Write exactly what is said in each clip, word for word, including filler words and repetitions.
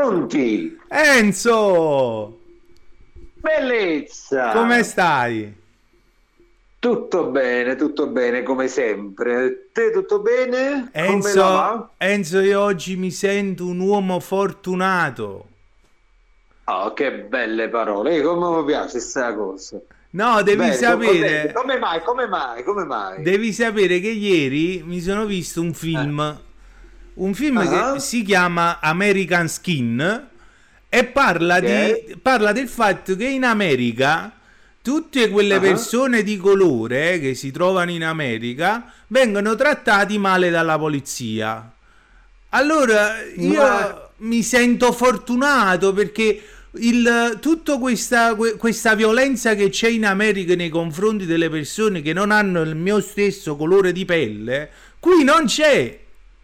Pronti? Enzo, Bellezza! come stai? Tutto bene, tutto bene, come sempre. Te tutto bene? Come la Enzo, va? Enzo, io oggi mi sento un uomo fortunato. Oh, che belle parole. Eh, come mi piace questa cosa. No, devi Bene, sono contento. sapere, Come mai? Come mai? Come mai? devi sapere che ieri mi sono visto un Eh. film, un film che Ah, si chiama American Skin e parla ok. di, parla del fatto che in America tutte quelle Ah. persone di colore che si trovano in America vengono trattati male dalla polizia. Allora Ma io mi sento fortunato perché il, tutta questa, que- questa violenza che c'è in America nei confronti delle persone che non hanno il mio stesso colore di pelle, qui non c'è.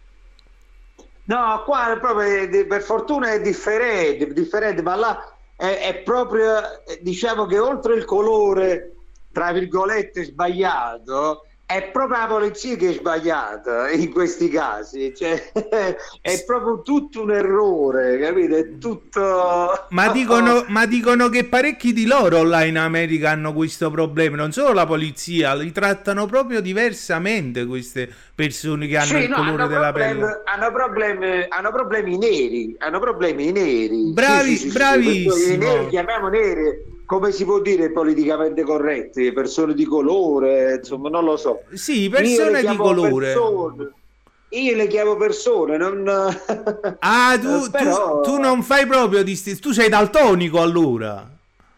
no, qua è proprio, di- per fortuna è differente, differente, ma là è, è proprio, eh, diciamo che oltre il colore, tra virgolette, sbagliato, è proprio la polizia che è sbagliata in questi casi, cioè, è proprio tutto un errore, capito? È tutto... Ma dicono, ma dicono che parecchi di loro là in America hanno questo problema, non solo la polizia, li trattano proprio diversamente queste persone che hanno Sì, il no, colore hanno della problemi, pelle. hanno problemi, hanno problemi neri, hanno problemi neri. Sì, sì, Bravi, sì, sì, sì. Perché i neri bravissimo. chiamiamo neri, come si può dire politicamente corretti, persone di colore, insomma, non lo so. Sì, Io le persone di chiamo colore. persone, io le chiamo persone, non... Ah, eh, tu, tu, tu però non fai proprio distinzione, tu sei daltonico allora.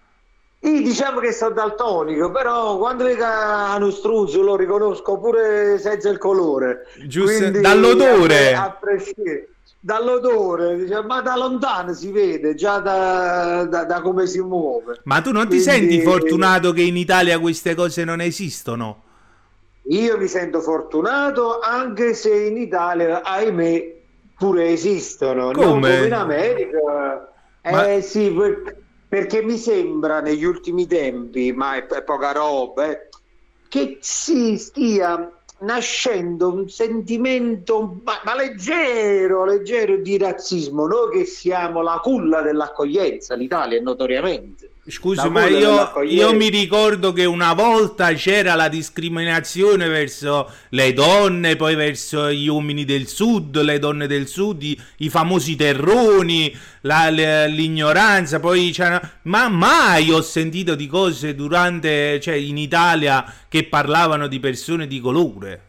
io diciamo che sono daltonico, però quando vedo uno struzzo lo riconosco pure senza il colore, Giusto, quindi a, pre- a dall'odore. prescindere dall'odore, diciamo, ma da lontano si vede già da, da- da come si muove. Ma tu non ti senti Quindi fortunato che in Italia queste cose non esistono? io mi sento fortunato anche se in Italia, ahimè, pure esistono, non come in Come? America. Ma Eh sì, per- perché mi sembra negli ultimi tempi, ma è, è poca roba, eh, che si stia nascendo un sentimento, ma, ma leggero, leggero di razzismo. Noi che siamo la culla dell'accoglienza, l'Italia è notoriamente scusi, la ma culla io, io dell'accoglienza. mi ricordo che una volta c'era la discriminazione verso le donne, poi verso gli uomini del sud, le donne del sud, i, i famosi terroni, la- le- l'ignoranza, poi c'era... Ma mai ho sentito di cose durante, cioè in Italia che parlavano di persone di colore.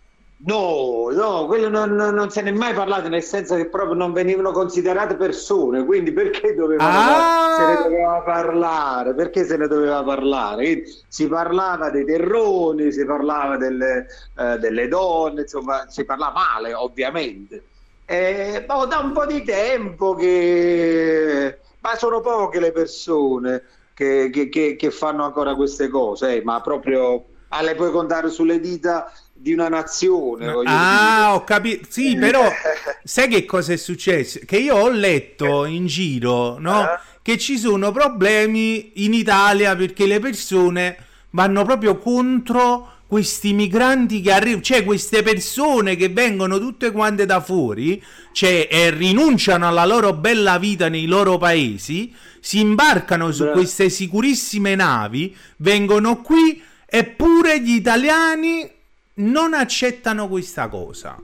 No, no, quello non, non- non se ne è mai parlato, nel senso che proprio non venivano considerate persone, quindi perché dovevano par- se ne Ah! doveva parlare? Perché se ne doveva parlare? Quindi si parlava dei terroni, si parlava delle, eh, delle donne, insomma, si parlava male, ovviamente. Eh, ma da un po' di tempo che... Ma sono poche le persone che, che- che- che fanno ancora queste cose, eh, ma proprio... Ah, le puoi contare sulle dita di una nazione, voglio dire. Ah, ho capito. Sì, però sai che cosa è successo? Che io ho letto in giro, no? Eh? Che ci sono problemi in Italia perché le persone vanno proprio contro questi migranti che arrivano, cioè queste persone che vengono tutte quante da fuori, cioè e rinunciano alla loro bella vita nei loro paesi, si imbarcano su Bra- queste sicurissime navi, vengono qui, eppure gli italiani non accettano questa cosa.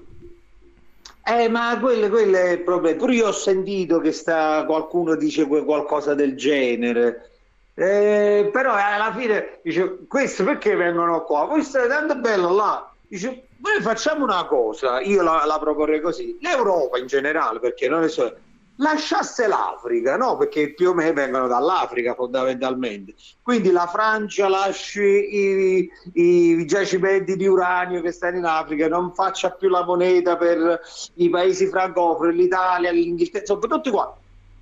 Eh, ma quello, quello è il problema. Pure io ho sentito che sta, qualcuno dice que- qualcosa del genere. Eh, però alla fine dice, questo perché vengono qua? Voi state tanto bello là. Dice, noi facciamo una cosa, io la, la proporrei così, l'Europa in generale, perché non è solo... lasciasse l'Africa, no? Perché più o meno vengono dall'Africa fondamentalmente. Quindi la Francia lasci i, i giacimenti di uranio che stanno in Africa, non faccia più la moneta per i paesi francofoni, l'Italia, l'Inghilterra, insomma, tutti qua.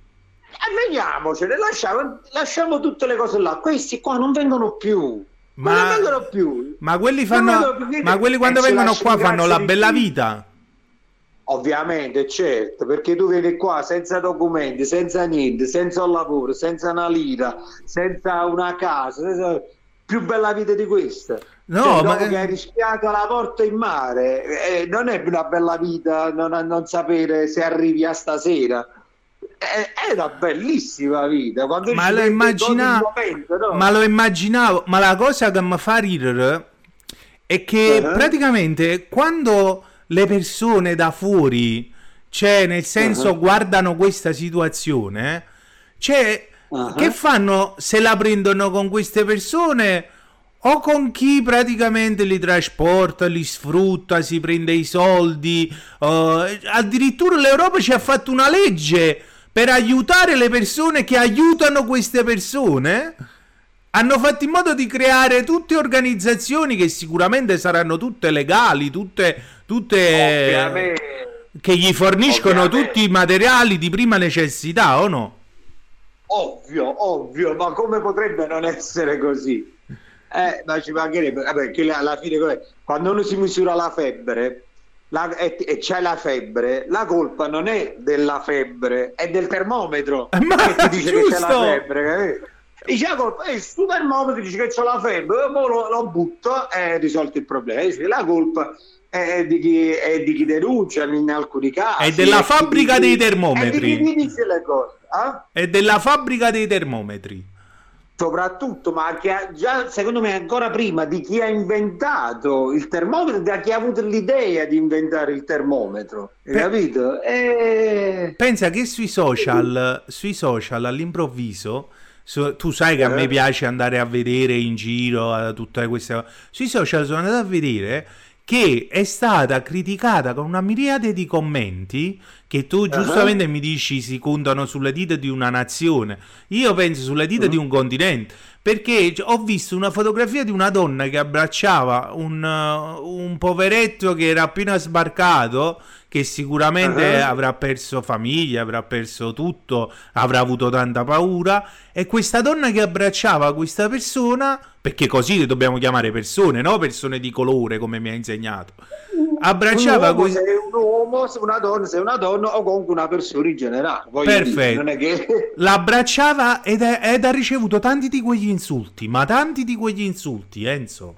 E veniamocene, lasciamo, lasciamo tutte le cose là. Questi qua non vengono più. Ma non Ma, vengono più. ma quelli Non vengono fanno, più. ma quelli E quando ci vengono lasciano qua fanno grazie la di bella Dio. vita. Ovviamente, certo, perché tu vieni qua senza documenti, senza niente, senza un lavoro, senza una lira, senza una casa, senza... più bella vita di questa. Cioè, No, ma dopo che hai rischiato la morte in mare, eh, non è una bella vita non, non sapere se arrivi a stasera. è, è una bellissima vita quando Ma ci lo vede godi il immaginavo, momento, no? ma lo immaginavo, ma la cosa che mi fa ridere è che Uh-huh, praticamente quando le persone da fuori, cioè nel uh-huh, senso guardano questa situazione, cioè che uh-huh. fanno se la prendono con queste persone o con chi praticamente li trasporta, li sfrutta, si prende i soldi. eh, addirittura l'Europa ci ha fatto una legge per aiutare le persone che aiutano queste persone. Hanno fatto in modo di creare tutte organizzazioni che sicuramente saranno tutte legali, tutte, tutte Ovviamente, che gli forniscono tutti i ovviamente. materiali di prima necessità, o no? Ovvio, ovvio, ma come potrebbe non essere così? Eh, ma ci mancherebbe, vabbè, che alla fine cos'è? Quando uno si misura la febbre la- e, e c'è la febbre, la colpa non è della febbre, è del termometro che ti Ma dice che c'è la giusto! febbre, capito? Dice la colpa è il suo termometro, dice che c'è la febbre, poi lo, lo butto e risolto il problema. Dice, la colpa è di chi, è di chi denuncia in alcuni È casi, della è, chi, di fabbrica dei chi, è di chi termometri. ti dice le cose. Eh? È della fabbrica dei termometri. Soprattutto, ma che ha già, secondo me, ancora prima di chi ha inventato il termometro, da chi ha avuto l'idea di inventare il termometro, hai Pe- capito? E... pensa che sui social, sui social all'improvviso, su- tu sai che a me Eh? piace andare a vedere in giro eh, tutte queste cose. Sui social sono andato a vedere che è stata criticata con una miriade di commenti che tu Ah, giustamente mi dici si contano sulle dita di una nazione. Io penso sulle dita di mm, un continente. Perché ho visto una fotografia di una donna che abbracciava un, uh, un poveretto che era appena sbarcato, che sicuramente ah. avrà perso famiglia, avrà perso tutto, avrà avuto tanta paura. E questa donna che abbracciava questa persona, perché così le dobbiamo chiamare persone, no? Persone di colore, come mi ha insegnato. Un Abbracciava uomo questo. sei un uomo, se una donna sei una donna o comunque una persona in generale, voglio dire, non Perfetto. è che... L'abbracciava ed, è- ed ha ricevuto tanti di quegli insulti, ma tanti di quegli insulti, Enzo.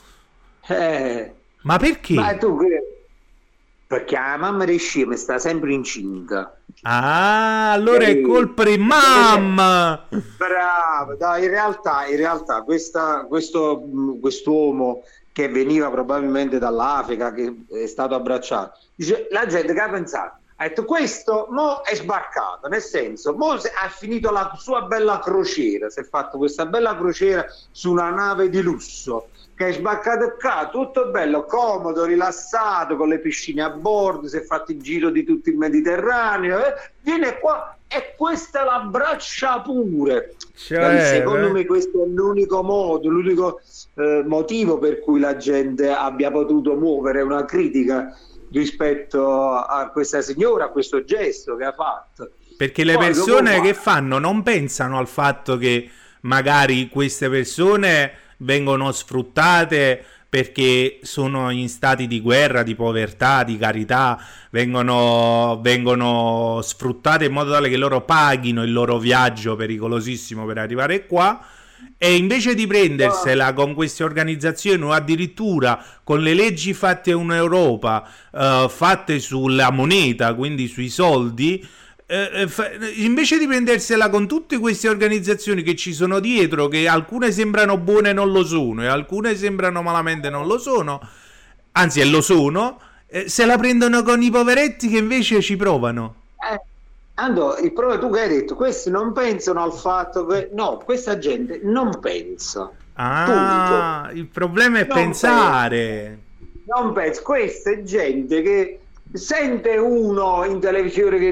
Eh, Ma ma perché? tu che... Perché la mamma di scema sta sempre incinta. Ah, allora è Capito? colpa di Eh, mamma. bravo, dai, in realtà, in realtà questa, questo, mh, quest'uomo che veniva probabilmente dall'Africa, che è stato abbracciato, dice, la gente che ha pensato, ha detto questo mo è sbarcato, nel senso, mo se- ha finito la sua bella crociera, si è fatto questa bella crociera su una nave di lusso, che è sbarcato qua, tutto bello, comodo, rilassato, con le piscine a bordo, si è fatto il giro di tutto il Mediterraneo, eh, viene qua e questa l'abbraccia pure. Capi? Cioè, Secondo eh, me questo è l'unico modo, l'unico eh, motivo per cui la gente abbia potuto muovere una critica rispetto a questa signora, a questo gesto che ha fatto. perché le Poi dopo persone che qua, fanno non pensano al fatto che magari queste persone vengono sfruttate perché sono in stati di guerra, di povertà, di carità, vengono, vengono sfruttate in modo tale che loro paghino il loro viaggio pericolosissimo per arrivare qua. E invece di no, prendersela con queste organizzazioni o addirittura con le leggi fatte in Europa, eh, fatte sulla moneta, quindi sui soldi, eh, eh, fa- invece di prendersela con tutte queste organizzazioni che ci sono dietro, che alcune sembrano buone e non lo sono, e alcune sembrano malamente non lo sono, anzi, e lo sono, eh, se la prendono con i poveretti che invece ci provano. eh, Ando, il problema tu che hai detto, questi non pensano al fatto che no, questa gente non pensa, punto. Ah, il problema è Non pensa. pensare. Non penso, questa è gente che sente uno in televisione che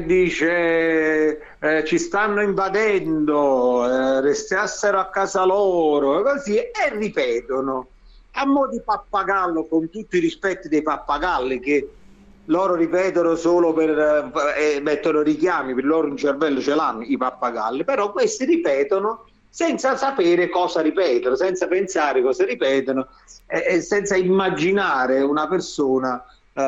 dice eh, ci stanno invadendo, eh, restassero a casa loro, così, e ripetono a mo' di pappagallo, con tutti i rispetti dei pappagalli che loro ripetono solo per eh, e mettono richiami, per loro un cervello ce l'hanno i pappagalli, però questi ripetono senza sapere cosa ripetono, senza pensare cosa ripetono e, e senza immaginare una persona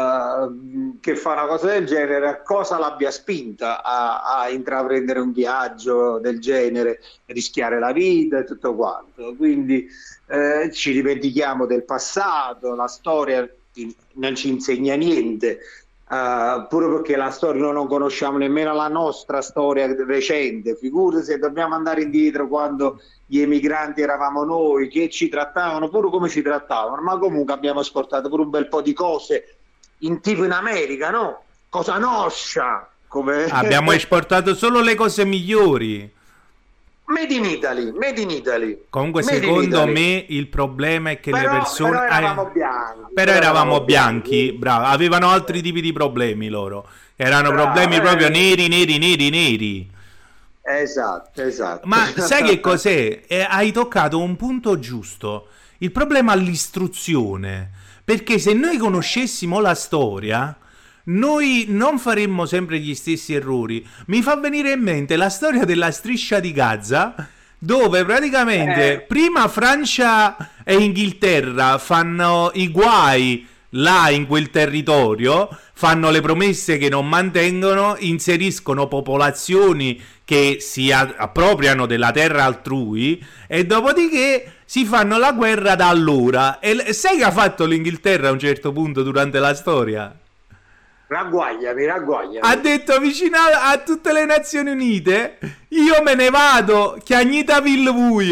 eh, che fa una cosa del genere, cosa l'abbia spinta a, a intraprendere un viaggio del genere, rischiare la vita e tutto quanto. Quindi eh, ci dimentichiamo del passato, la storia non ci insegna niente. Uh, pure perché la storia noi non conosciamo nemmeno la nostra storia recente, figurati se dobbiamo andare indietro quando gli emigranti eravamo noi, che ci trattavano, pure come ci trattavano, ma comunque abbiamo esportato pure un bel po' di cose, in tipo in America, no? Cosa nostra! Come... Abbiamo esportato solo le cose migliori. Made in Italy, made in Italy. Comunque Made secondo me il problema è che però, le persone... Però eravamo eh, bianchi. Però eravamo bianchi, bravo, avevano altri tipi di problemi loro. Erano bravo, problemi eh. proprio neri, neri, neri, neri. Esatto, esatto. Ma sai che cos'è? Eh, hai toccato un punto giusto. Il problema è l'istruzione. Perché se noi conoscessimo la storia... noi non faremmo sempre gli stessi errori. Mi fa venire in mente la storia della striscia di Gaza, dove praticamente eh. prima Francia e Inghilterra fanno i guai là in quel territorio, fanno le promesse che non mantengono, inseriscono popolazioni che si appropriano della terra altrui e dopodiché si fanno la guerra da allora. E sai che ha fatto l'Inghilterra a un certo punto durante la storia? Ragguagliami, ragguagliami. Ha detto vicino a, a tutte le Nazioni Unite: io me ne vado, chiagnitavi voi.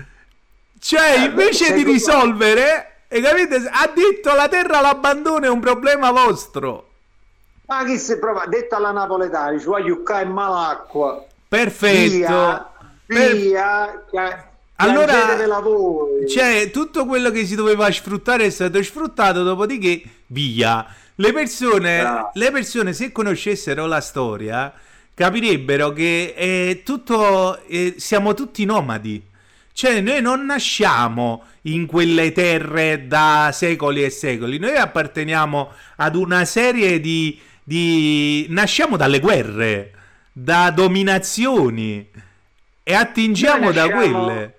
Cioè, eh, invece di risolvere, e capite, ha detto la terra l'abbandono è un problema vostro. Ma chi si prova? Detto alla napoletana, ci vuoi giocare in malacqua. Perfetto. Via, via. Per... Allora, cioè, tutto quello che si doveva sfruttare è stato sfruttato, dopodiché via. Le persone, no. le persone, se conoscessero la storia, capirebbero che è tutto, eh, siamo tutti nomadi. Cioè, noi non nasciamo in quelle terre da secoli e secoli. Noi apparteniamo ad una serie di... di... nasciamo dalle guerre, da dominazioni, e attingiamo nasciamo... da quelle.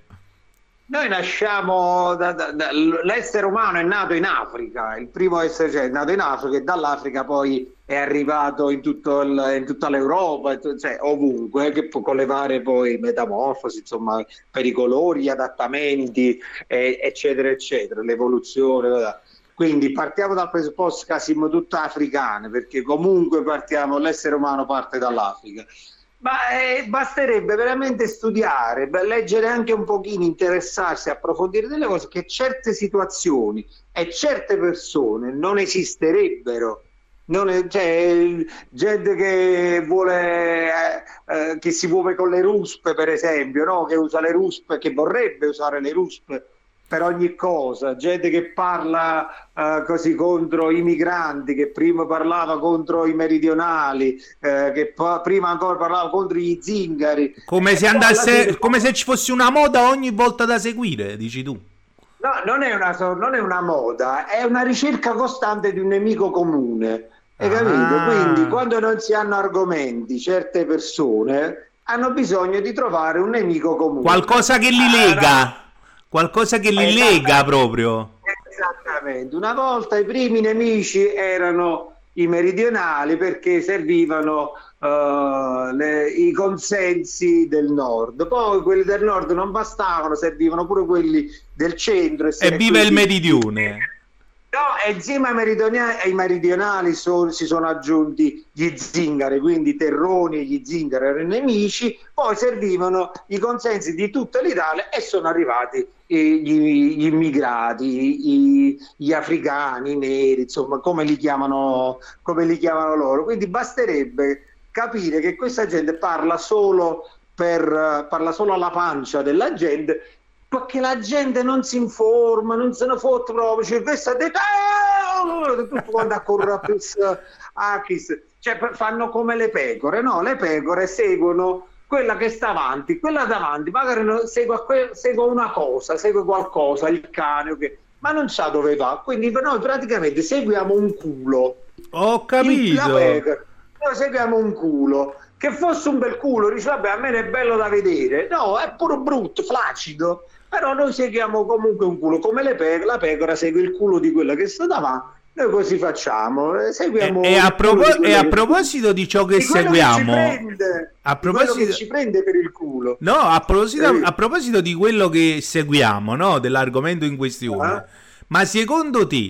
Noi nasciamo, da, da, da, l'essere umano è nato in Africa, il primo essere cioè, è nato in Africa e dall'Africa poi è arrivato in, tutto il, in tutta l'Europa, cioè ovunque, che con le varie poi metamorfosi, insomma, per i colori, gli adattamenti, eh, eccetera, eccetera, l'evoluzione. Quindi partiamo dal presupposto che siamo tutte africane, perché comunque partiamo, l'essere umano parte dall'Africa. Ma eh, basterebbe veramente studiare, beh, leggere anche un pochino, interessarsi, approfondire delle cose, che certe situazioni e certe persone non esisterebbero. Non è, cioè, gente che vuole eh, eh, che si muove con le ruspe, per esempio, no? Che usa le ruspe, che vorrebbe usare le ruspe per ogni cosa, gente che parla uh, così contro i migranti, che prima parlava contro i meridionali, uh, che prima ancora parlava contro gli zingari. Come se andasse, fine... come se ci fosse una moda ogni volta da seguire, dici tu. No, non è una, non è una moda, è una ricerca costante di un nemico comune, hai ah. capito? Quindi quando non si hanno argomenti, certe persone hanno bisogno di trovare un nemico comune. Qualcosa che li lega. Qualcosa che li lega proprio. Esattamente. Una volta i primi nemici erano i meridionali perché servivano uh, le, i consensi del nord. Poi quelli del nord non bastavano, servivano pure quelli del centro. E, e vive il meridione. No, e insieme ai meridionali, ai meridionali so, si sono aggiunti gli zingari, quindi Terroni e gli zingari erano nemici, poi servivano i consensi di tutta l'Italia e sono arrivati eh, gli, gli immigrati, i, gli africani, i neri, insomma, come li chiamano, come li chiamano loro. Quindi basterebbe capire che questa gente parla solo, per, parla solo alla pancia della gente, perché la gente non si informa, non se ne fotte proprio, cioè, questo ha detto eh! tutto quando accorre a Chris, a Chris. Cioè fanno come le pecore, no? Le pecore seguono quella che sta avanti, quella davanti, magari segue, segue una cosa, segue qualcosa, il cane, okay, ma non sa dove va, quindi noi praticamente seguiamo un culo. Ho capito. La pecore, noi seguiamo un culo. Che fosse un bel culo, dice vabbè, a me è bello da vedere, no, è pure brutto, flaccido. Però noi seguiamo comunque un culo, come le pecore, la pecora segue il culo di quella che sta davanti, noi così facciamo, seguiamo e, e, a, propos- e a proposito di ciò che di seguiamo, che ci prende, a proposito che ci prende per il culo, no, a proposito, eh. a proposito di quello che seguiamo, no, dell'argomento in questione, uh-huh. Ma secondo te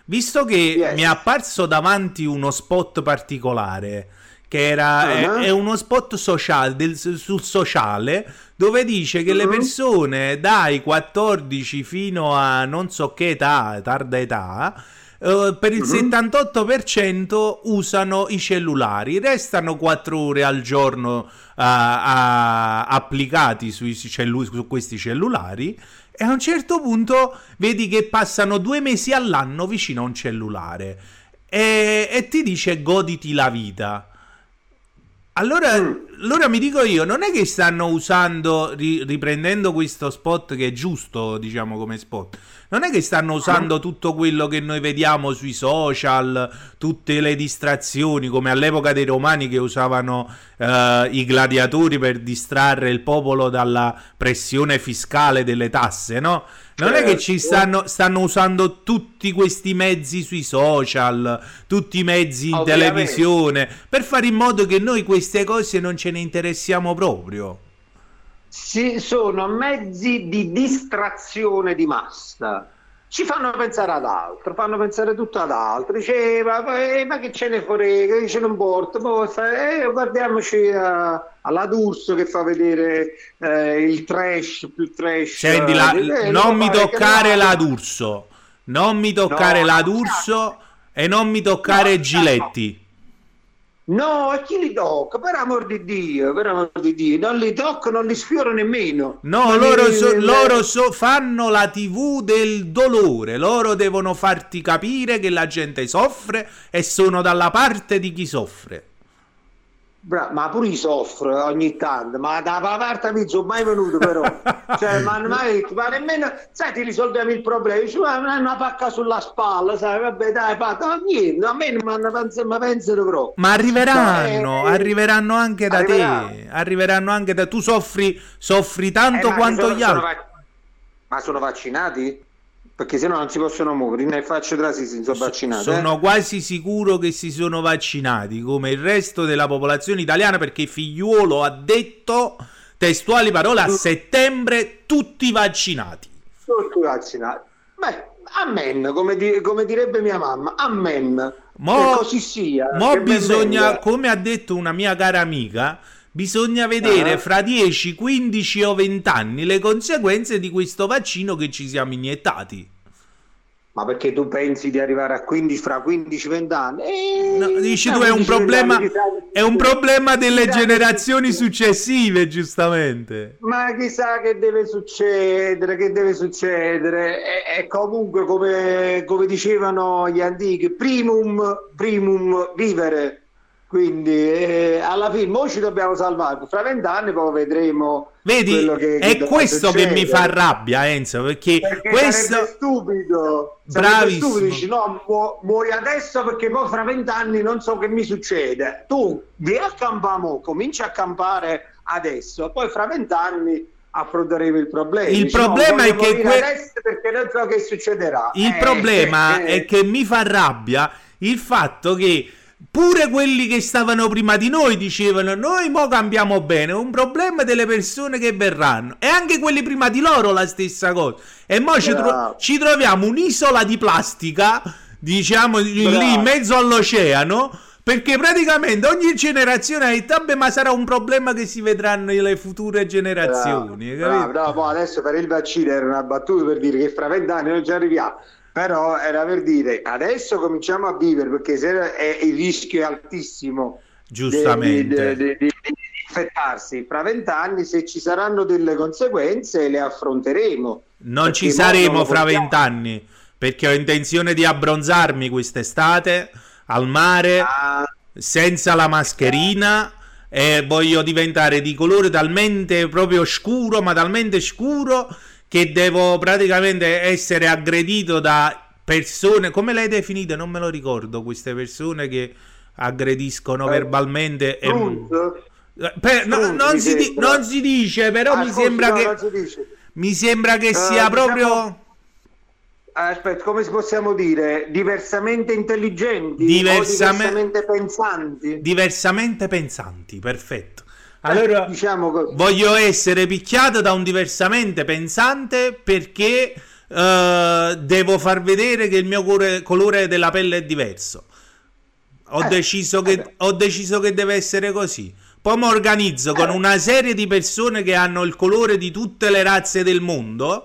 visto che Yes. mi è apparso davanti uno spot particolare, che era è, Uh-huh. è uno spot sociale, del- sul sociale, dove dice che le Mhm. persone dai quattordici fino a non so che età, tarda età, eh, per il Mhm. settantotto per cento usano i cellulari, restano quattro ore al giorno a- a- applicati sui cellu- su questi cellulari, e a un certo punto vedi che passano due mesi all'anno vicino a un cellulare e, e ti dice goditi la vita. Allora, Mm. allora mi dico io, non è che stanno usando, ri- riprendendo questo spot che è giusto, diciamo, come spot, non è che stanno usando tutto quello che noi vediamo sui social, tutte le distrazioni, come all'epoca dei romani che usavano eh, i gladiatori per distrarre il popolo dalla pressione fiscale delle tasse, no? Non è che ci Certo. stanno, stanno usando tutti questi mezzi sui social, tutti i mezzi in Ovviamente. televisione, per fare in modo che noi queste cose non ce ne interessiamo proprio. Ci sono mezzi di distrazione di massa. Ci fanno pensare ad altro, fanno pensare tutto ad altro. Dice, ma, eh, ma che ce ne frega, che ce ne importa, poi sta- eh, guardiamoci a- alla D'Urso che fa vedere eh, il trash, più trash. Senti, la- eh, non lo mi pare che toccare no. la D'Urso, non mi toccare No, la no, D'Urso e non mi toccare No, Giletti. No, e chi li tocca? Per amor di Dio, per amor di Dio, non li tocco, non li sfioro nemmeno. No, Ma loro, li- so- li- loro so- fanno la tivù del dolore, loro devono farti capire che la gente soffre e sono dalla parte di chi soffre. Bra- ma pure io soffro ogni tanto, ma da parte mi sono mai venuto però, cioè, ma, mai, ma nemmeno, sai, ti risolviamo il problema, dici, ma ma una pacca sulla spalla, sai, vabbè dai, fatto, ma niente, a me non mi hanno pensato, ma pensano proprio. Ma arriveranno, No, eh, arriveranno anche da arriveranno. te, arriveranno anche da tu soffri, soffri tanto Eh, ma quanto sono- gli sono altri. vac- ma sono vaccinati? Perché sennò non si possono muovere, nel faccio della Sisi, sono vaccinati. eh. Sono quasi sicuro che si sono vaccinati come il resto della popolazione italiana, perché Figliuolo ha detto, testuali parole, a settembre tutti vaccinati. Tutti vaccinati. Beh, amen, come, di- come direbbe mia mamma, amen. Mo, Che così sia. mo che ben bisogna, venga. come ha detto una mia cara amica, bisogna vedere Ah. fra dieci, quindici o venti anni le conseguenze di questo vaccino che ci siamo iniettati. Ma perché tu pensi di arrivare a quindici, fra quindici venti anni? Eh, No, dici fra tu, è un quindici, venti problema, anni, chissà- è un problema delle chissà- generazioni successive, giustamente. Ma chissà che deve succedere, che deve succedere. E, e comunque, come, come dicevano gli antichi, primum, primum vivere. Quindi eh, alla fine mo ci dobbiamo salvare. Fra vent'anni poi vedremo. Vedi, quello che, è dovrà questo che mi succedere. fa rabbia, Enzo, perché, Perché questo... sarebbe stupido. Sarebbe Bravissimo. stupido, dici, no, mu- muori adesso perché poi fra vent'anni non so che mi succede. Tu vieni a campare, mo, cominci a campare adesso, poi fra vent'anni affronteremo il problema. Il Dici, problema no, è voglio che morire que- adesso perché non so che succederà. Il Eh, problema eh, è che mi fa rabbia il fatto che pure quelli che stavano prima di noi dicevano noi mo cambiamo bene, è un problema delle persone che verranno, e anche quelli prima di loro la stessa cosa, e mo ci, tro- Bravo. ci troviamo un'isola di plastica, diciamo lì Bravo. in mezzo all'oceano, perché praticamente ogni generazione ha detto vabbè, ma sarà un problema che si vedranno nelle future generazioni, hai bravo, capito? bravo, poi adesso per il vaccino era una battuta per dire che fra vent'anni non ci arriviamo. Però era per dire adesso cominciamo a vivere, perché se è, il rischio è altissimo Giustamente. di, di- di- di- di infettarsi. Fra vent'anni, se ci saranno delle conseguenze, le affronteremo. Non Perché ci mo saremo non lo fra possiamo- vent'anni, perché ho intenzione di abbronzarmi quest'estate al mare Ah, senza la mascherina, e voglio diventare di colore talmente proprio scuro, ma talmente scuro che devo praticamente essere aggredito da persone, come le hai definite? Non me lo ricordo, queste persone che aggrediscono Eh, verbalmente. e- Strunz? Per- no, Strunz, non, mi si di- sembra. non si dice, però Ah, mi scusi, sembra no, che non si dice. mi sembra che Eh, sia diciamo- proprio Aspetta, come si possiamo dire? Diversamente intelligenti Diversame- o diversamente pensanti? diversamente pensanti, perfetto. Allora, diciamo così. voglio essere picchiato da un diversamente pensante perché eh, devo far vedere che il mio colore, colore della pelle è diverso. Ho, Eh, deciso eh che, beh. ho deciso che deve essere così. Poi mi organizzo con una serie di persone che hanno il colore di tutte le razze del mondo.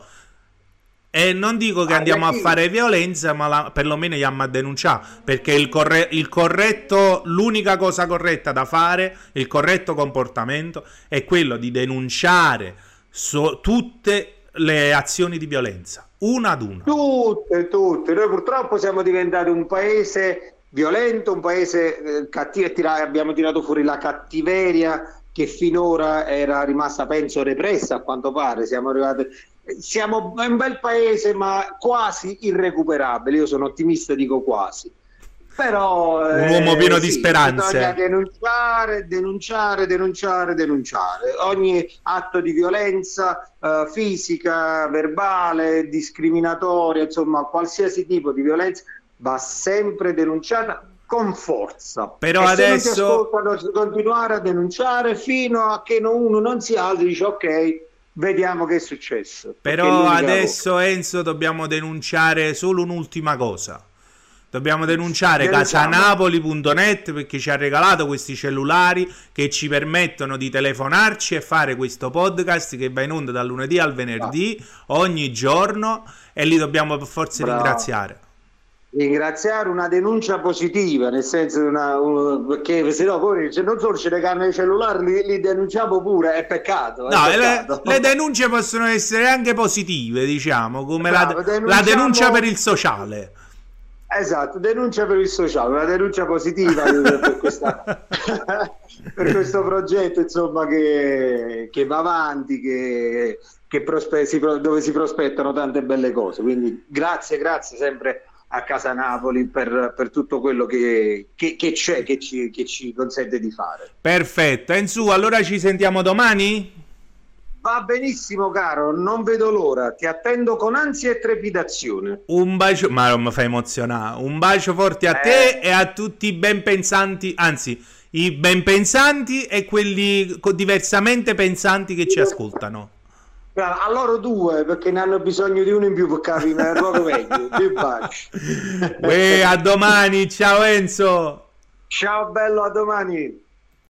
E non dico che Ah, andiamo a chi? fare violenza, ma la- perlomeno andiamo a denunciare. Perché il, corre- il corretto, l'unica cosa corretta da fare, il corretto comportamento, è quello di denunciare so- tutte le azioni di violenza, una ad una. Tutte, tutte. Noi purtroppo siamo diventati un paese violento, un paese eh, cattivo, e tira- abbiamo tirato fuori la cattiveria che finora era rimasta, penso, repressa a quanto pare. Siamo arrivati, siamo un bel paese, ma quasi irrecuperabile. Io sono ottimista e dico quasi. Però Un uomo eh, pieno di sì, bisogna speranze. denunciare, denunciare, denunciare, denunciare. Ogni atto di violenza eh, fisica, verbale, discriminatoria, insomma, qualsiasi tipo di violenza va sempre denunciata con forza. Però E se non ti adesso, ascoltano, continuare a denunciare fino a che non- uno non si alzi e dice ok, vediamo che è successo. Perché è però l'unica adesso Enzo dobbiamo denunciare solo un'ultima cosa. Dobbiamo denunciare Denunciamo. casanapoli punto net perché ci ha regalato questi cellulari che ci permettono di telefonarci e fare questo podcast che va in onda dal lunedì al venerdì ogni giorno, e li dobbiamo per forza Bravo. ringraziare. Ringraziare, una denuncia positiva, nel senso una, un- perché se no poi cioè, non solo ci regalano i cellulari, li, li denunciamo pure, è peccato. È No, le, peccato. le denunce possono essere anche positive, diciamo, come la, Bravo, la denunciamo- denuncia per il sociale. Esatto, denuncia per il sociale, una denuncia positiva per, questa, per questo progetto, insomma, che, che va avanti, che, che prospe- si pro- dove si prospettano tante belle cose. Quindi grazie, grazie sempre a Casa Napoli per, per tutto quello che, che, che c'è, che ci, che ci consente di fare. Perfetto, Enzu, allora ci sentiamo domani? Va benissimo, caro, non vedo l'ora, ti attendo con ansia e trepidazione. Un bacio, ma non mi fai emozionare. Un bacio forte a te Eh. e a tutti i ben pensanti, anzi, i ben pensanti e quelli co- diversamente pensanti che ci ascoltano. Bravo, a loro due, perché ne hanno bisogno di uno in più per capire proprio meglio. Un bacio. Uè, a domani, ciao Enzo. Ciao bello, a domani.